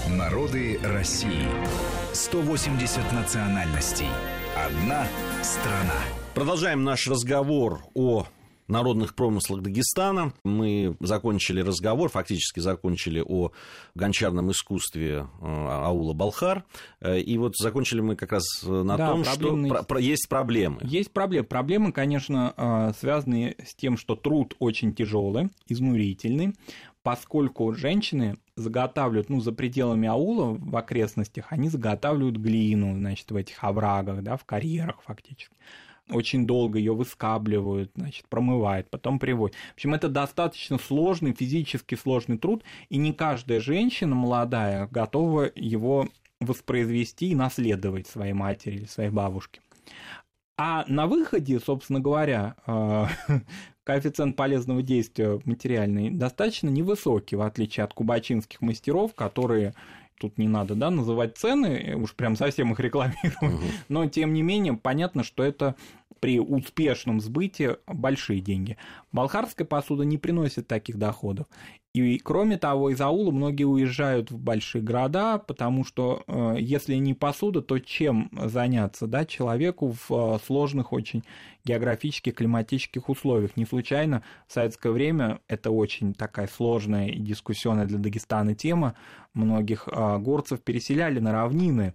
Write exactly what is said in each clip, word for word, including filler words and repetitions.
Народы России. сто восемьдесят национальностей. Одна страна. Продолжаем наш разговор о народных промыслах Дагестана. Мы закончили разговор, фактически закончили о гончарном искусстве аула Балхар. И вот закончили мы как раз на да, том, проблемные... что про- про- есть проблемы. Есть проблемы. Проблемы, конечно, связаны с тем, что труд очень тяжелый, изнурительный, поскольку женщины заготавливают, ну, за пределами аула в окрестностях, они заготавливают глину, значит, в этих оврагах, да, в карьерах фактически. Очень долго ее выскабливают, значит, промывают, потом приводят. В общем, это достаточно сложный, физически сложный труд, и не каждая женщина молодая готова его воспроизвести и наследовать своей матери или своей бабушке. А на выходе, собственно говоря, коэффициент полезного действия материальный достаточно невысокий, в отличие от кубачинских мастеров, которые... Тут не надо, да, называть цены, уж прям совсем их рекламировать, угу. Но, тем не менее, понятно, что это при успешном сбыте большие деньги. Балхарская посуда не приносит таких доходов. И, кроме того, из аула многие уезжают в большие города, потому что, э, если не посуда, то чем заняться, да, человеку в э, сложных очень географических, климатических условиях. Не случайно в советское время это очень такая сложная и дискуссионная для Дагестана тема. Многих э, горцев переселяли на равнины,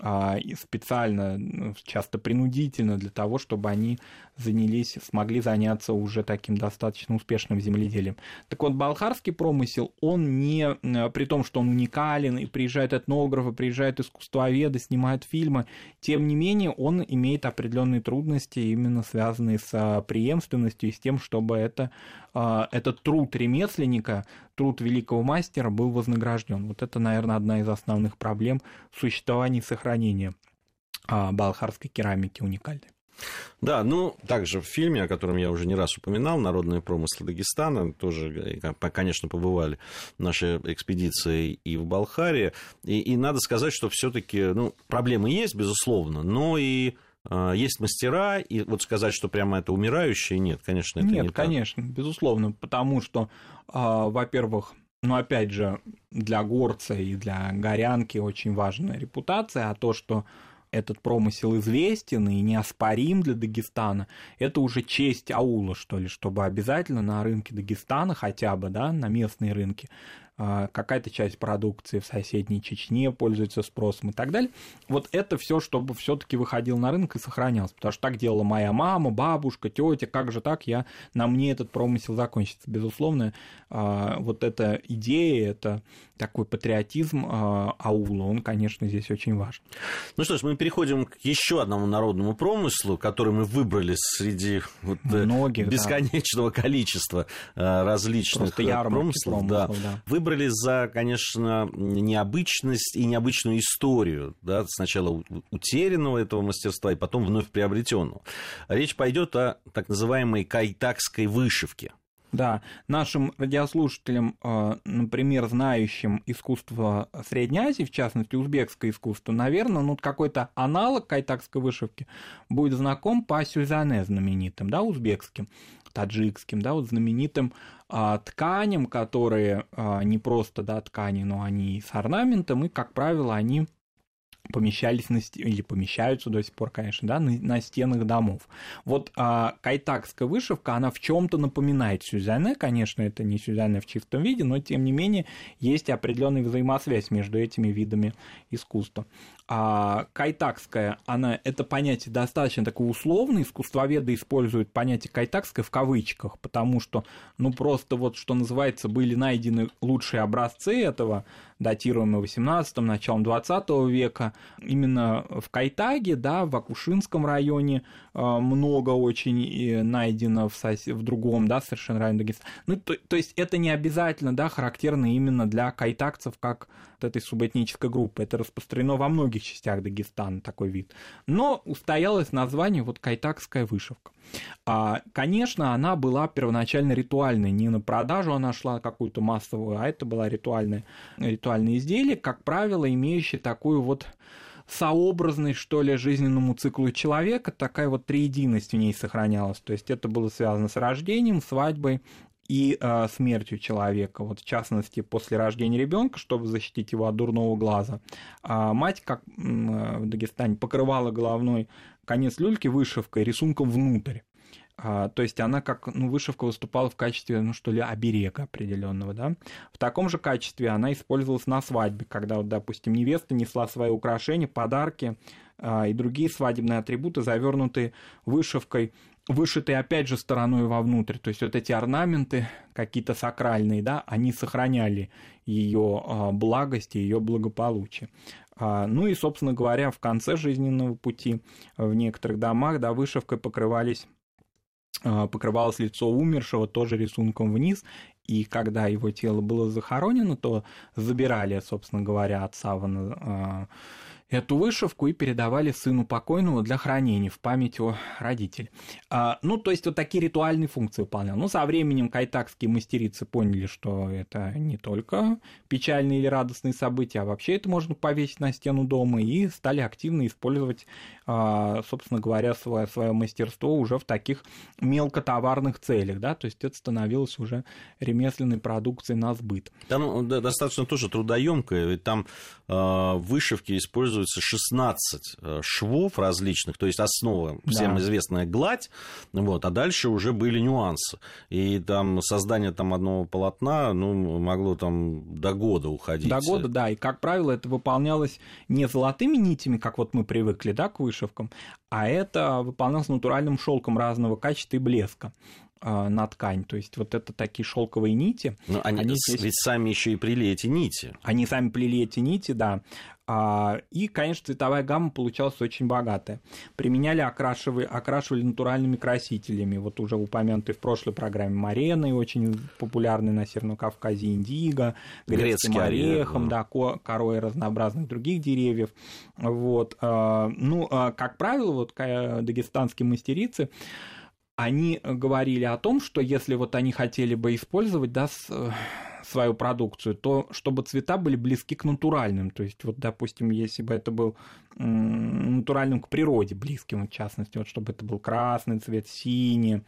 специально, часто принудительно, для того, чтобы они занялись, смогли заняться уже таким достаточно успешным земледелием. Так вот, балхарский промысел, он не, при том, что он уникален, и приезжают этнографы, приезжают искусствоведы, снимают фильмы, тем не менее, он имеет определенные трудности, именно связанные с преемственностью и с тем, чтобы это, этот труд ремесленника, труд великого мастера был вознагражден. Вот это, наверное, одна из основных проблем существования и сохранения балхарской керамики уникальной. Да, ну, также в фильме, о котором я уже не раз упоминал, «Народные промыслы Дагестана», тоже, конечно, побывали наши экспедиции и в Балхаре, и, и надо сказать, что все-таки, ну, проблемы есть, безусловно, но и э, есть мастера, и вот сказать, что прямо это умирающее, нет, конечно, это нет, не так. Нет, конечно, безусловно, потому что, э, во-первых, ну, опять же, для горца и для горянки очень важна репутация, а то, что этот промысел известен и неоспорим для Дагестана, это уже честь аула, что ли, чтобы обязательно на рынке Дагестана хотя бы, да, на местные рынки, какая-то часть продукции в соседней Чечне пользуется спросом и так далее. Вот это все, чтобы все-таки выходил на рынок и сохранялся, потому что так делала моя мама, бабушка, тетя, как же так, я, на мне этот промысел закончится. Безусловно, вот эта идея, это такой патриотизм аула, он, конечно, здесь очень важен. Ну что ж, мы переходим к еще одному народному промыслу, который мы выбрали среди вот многих, бесконечного да. количества различных промыслов. Да. Да. Выбрали за, конечно, необычность и необычную историю, да, сначала утерянного этого мастерства и потом вновь приобретенного. Речь пойдет о так называемой кайтакской вышивке. Да, нашим радиослушателям, например, знающим искусство Средней Азии, в частности, узбекское искусство, наверное, ну, какой-то аналог кайтакской вышивки будет знаком по сюзяне знаменитым, да, узбекским, таджикским, да, вот знаменитым а, тканям, которые а, не просто, да, ткани, но они и с орнаментом, и, как правило, они помещались на, или помещаются до сих пор, конечно, да, на, на стенах домов. Вот а, кайтакская вышивка, она в чем-то напоминает сюзяне, конечно, это не сюзяне в чистом виде, но, тем не менее, есть определенная взаимосвязь между этими видами искусства. А кайтакская, она, это понятие достаточно такое условное, искусствоведы используют понятие кайтакское в кавычках, потому что, ну, просто вот, что называется, были найдены лучшие образцы этого, датируемые восемнадцатым, началом двадцатого века, именно в Кайтаге, да, в Акушинском районе много очень найдено в, сос... в другом, да, совершенно районе Дагестана. Ну, то, то есть это не обязательно, да, характерно именно для кайтакцев, как вот этой субэтнической группы. Это распространено во многих частях Дагестана, такой вид. Но устоялось название вот кайтакская вышивка. А, конечно, она была первоначально ритуальной, не на продажу она шла какую-то массовую, а это была ритуальная, ритуальное изделие, как правило, имеющее такую вот сообразность, что ли, жизненному циклу человека, такая вот триединость в ней сохранялась. То есть это было связано с рождением, свадьбой и э, смертью человека. Вот в частности, после рождения ребенка, чтобы защитить его от дурного глаза, э, мать, как э, в Дагестане, покрывала головной конец люльки вышивкой, рисунком внутрь. А, то есть она как ну, вышивка выступала в качестве, ну что ли, оберега определенного, да. В таком же качестве она использовалась на свадьбе, когда, вот, допустим, невеста несла свои украшения, подарки а, и другие свадебные атрибуты, завернутые вышивкой, вышитые опять же стороной вовнутрь. То есть вот эти орнаменты какие-то сакральные, да, они сохраняли ее а, благость и ее благополучие. А, ну и, собственно говоря, в конце жизненного пути в некоторых домах, да, вышивкой покрывались покрывалось лицо умершего тоже рисунком вниз, и когда его тело было захоронено, то забирали, собственно говоря, от савана эту вышивку и передавали сыну покойного для хранения в память о родителе. А, ну, то есть вот такие ритуальные функции выполнял. Ну, со временем кайтакские мастерицы поняли, что это не только печальные или радостные события, а вообще это можно повесить на стену дома, и стали активно использовать, а, собственно говоря, свое, свое мастерство уже в таких мелкотоварных целях, да, то есть это становилось уже ремесленной продукцией на сбыт. Там да, достаточно тоже трудоемкое, ведь там э, вышивки используют шестнадцать швов различных, то есть основа, всем да. известная гладь, вот, а дальше уже были нюансы. И там создание там, одного полотна ну, могло там до года уходить. До года, да, и, как правило, это выполнялось не золотыми нитями, как вот мы привыкли, да, к вышивкам, а это выполнялось натуральным шелком разного качества и блеска на ткань, то есть вот это такие шелковые нити. Но они, они здесь... ведь сами еще и плели эти нити. Они сами плели эти нити, да. И, конечно, цветовая гамма получалась очень богатая. Применяли, окрашивали, окрашивали натуральными красителями. Вот уже упомянутый в прошлой программе мареной, очень популярный на Северном Кавказе, индиго, грецким орехом, да, корой разнообразных других деревьев. Вот. Ну, как правило, вот дагестанские мастерицы, они говорили о том, что если вот они хотели бы использовать, да, свою продукцию, то чтобы цвета были близки к натуральным. То есть, вот, допустим, если бы это был натуральным к природе, близким, в частности, вот, чтобы это был красный цвет, синий,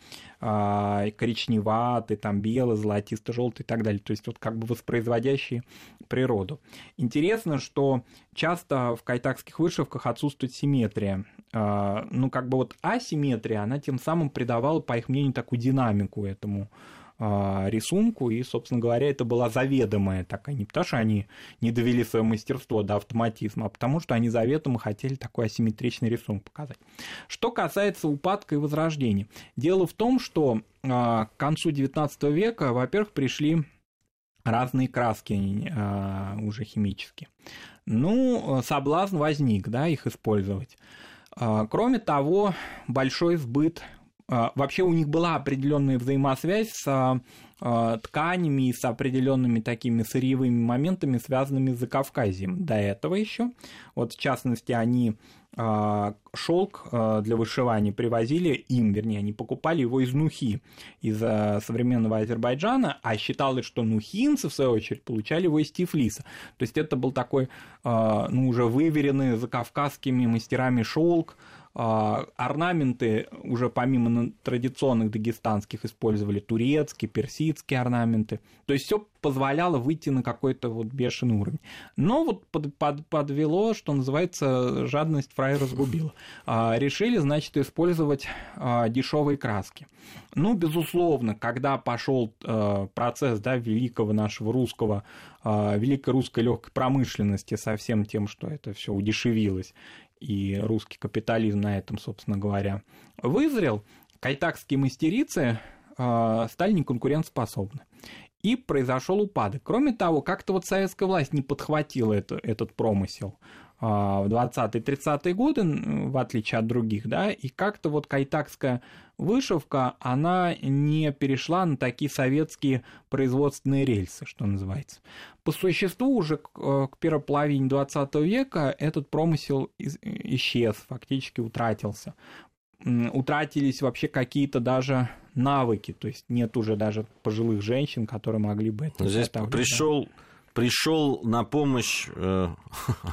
коричневатый, там, белый, золотисто-желтый и так далее. То есть, вот как бы воспроизводящие природу. Интересно, что часто в кайтакских вышивках отсутствует симметрия. Ну, как бы вот асимметрия, она тем самым придавала, по их мнению, такую динамику этому рисунку, и, собственно говоря, это была заведомая такая, не потому что они не довели свое мастерство до автоматизма, а потому что они заведомо хотели такой асимметричный рисунок показать. Что касается упадка и возрождения. Дело в том, что к концу девятнадцатого века, во-первых, пришли разные краски уже химические. Ну, соблазн возник, да, их использовать. Кроме того, большой сбыт. Вообще у них была определенная взаимосвязь с тканями и с определенными такими сырьевыми моментами, связанными с Закавказьем. До этого еще. Вот в частности, они шелк для вышивания привозили им, вернее, они покупали его из Нухи, из современного Азербайджана, а считалось, что нухинцы, в свою очередь, получали его из Тифлиса. То есть это был такой, ну, уже выверенный закавказскими мастерами шелк. Орнаменты уже помимо традиционных дагестанских использовали турецкие, персидские орнаменты. То есть все позволяло выйти на какой-то вот бешеный уровень. Но вот под, под, подвело, что называется, жадность фраера сгубила. Решили, значит, использовать дешевые краски. Ну, безусловно, когда пошел процесс, да, великого нашего русского, великой русской легкой промышленности со всем тем, что это все удешевилось, и русский капитализм на этом, собственно говоря, вызрел, кайтакские мастерицы стали неконкурентоспособны. И произошел упадок. Кроме того, как-то вот советская власть не подхватила это, этот промысел в двадцатые-тридцатые годы, в отличие от других, да, и как-то вот кайтакская вышивка, она не перешла на такие советские производственные рельсы, что называется. По существу уже к первой половине двадцатого века этот промысел исчез, фактически утратился. Утратились вообще какие-то даже навыки, то есть нет уже даже пожилых женщин, которые могли бы это... Здесь пришел... Да? Пришел на помощь э,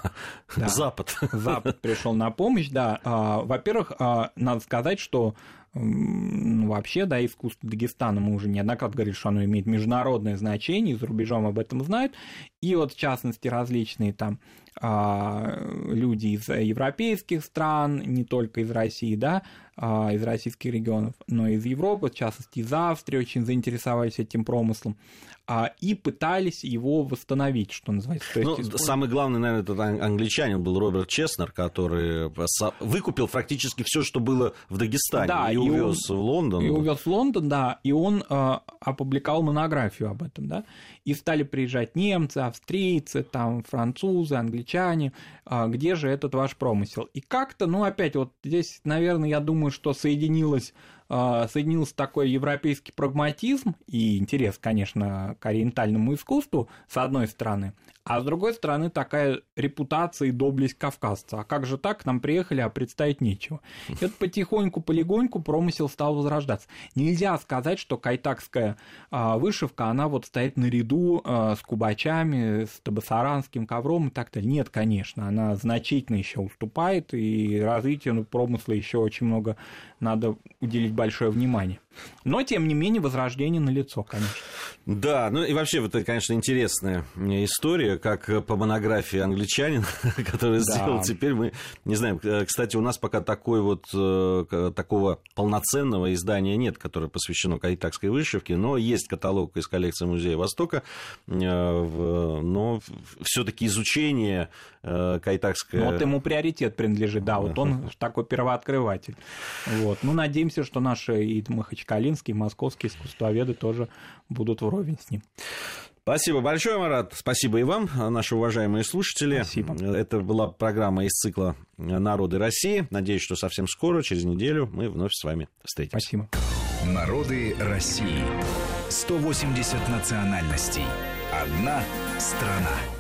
да. Запад. Запад пришел на помощь, да. Во-первых, надо сказать, что вообще, да, искусство Дагестана, мы уже неоднократно говорили, что оно имеет международное значение, и за рубежом об этом знают, и вот, в частности, различные там люди из европейских стран, не только из России, да, из российских регионов, но и из Европы, в частности, из Австрии очень заинтересовались этим промыслом и пытались его восстановить, что называется. То ну, есть, самый главный, наверное, это англичанин был Роберт Чеснер, который выкупил фактически все, что было в Дагестане, да, и, и увез он, в Лондон. И увез в Лондон, да, и он э, опубликовал монографию об этом, да, и стали приезжать немцы, австрийцы, там, французы, англичане, э, где же этот ваш промысел. И как-то, ну, опять вот здесь, наверное, я думаю, что соединилось соединился такой европейский прагматизм и интерес, конечно, к ориентальному искусству, с одной стороны, а с другой стороны такая репутация и доблесть кавказца. А как же так, к нам приехали, а представить нечего. И вот потихоньку, полегоньку промысел стал возрождаться. Нельзя сказать, что кайтакская вышивка, она вот стоит наряду с кубачами, с табасаранским ковром и так далее. Нет, конечно, она значительно еще уступает, и развитию промысла еще очень много надо уделить большое внимание. Но, тем не менее, возрождение налицо, конечно. Да, ну и вообще, это, конечно, интересная история, как по монографии англичанина, который да. сделал. Теперь мы не знаем. Кстати, у нас пока такой вот, такого полноценного издания нет, которое посвящено кайтакской вышивке, но есть каталог из коллекции Музея Востока, но все-таки изучение кайтакской... Вот ему приоритет принадлежит, да, вот он такой первооткрыватель. Вот. Ну, надеемся, что наши и махачкалинские, и московские искусствоведы тоже будут вровень с ним. Спасибо большое, Марат. Спасибо и вам, наши уважаемые слушатели. Спасибо. Это была программа из цикла «Народы России». Надеюсь, что совсем скоро, через неделю, мы вновь с вами встретимся. Спасибо. Народы России. сто восемьдесят национальностей. Одна страна.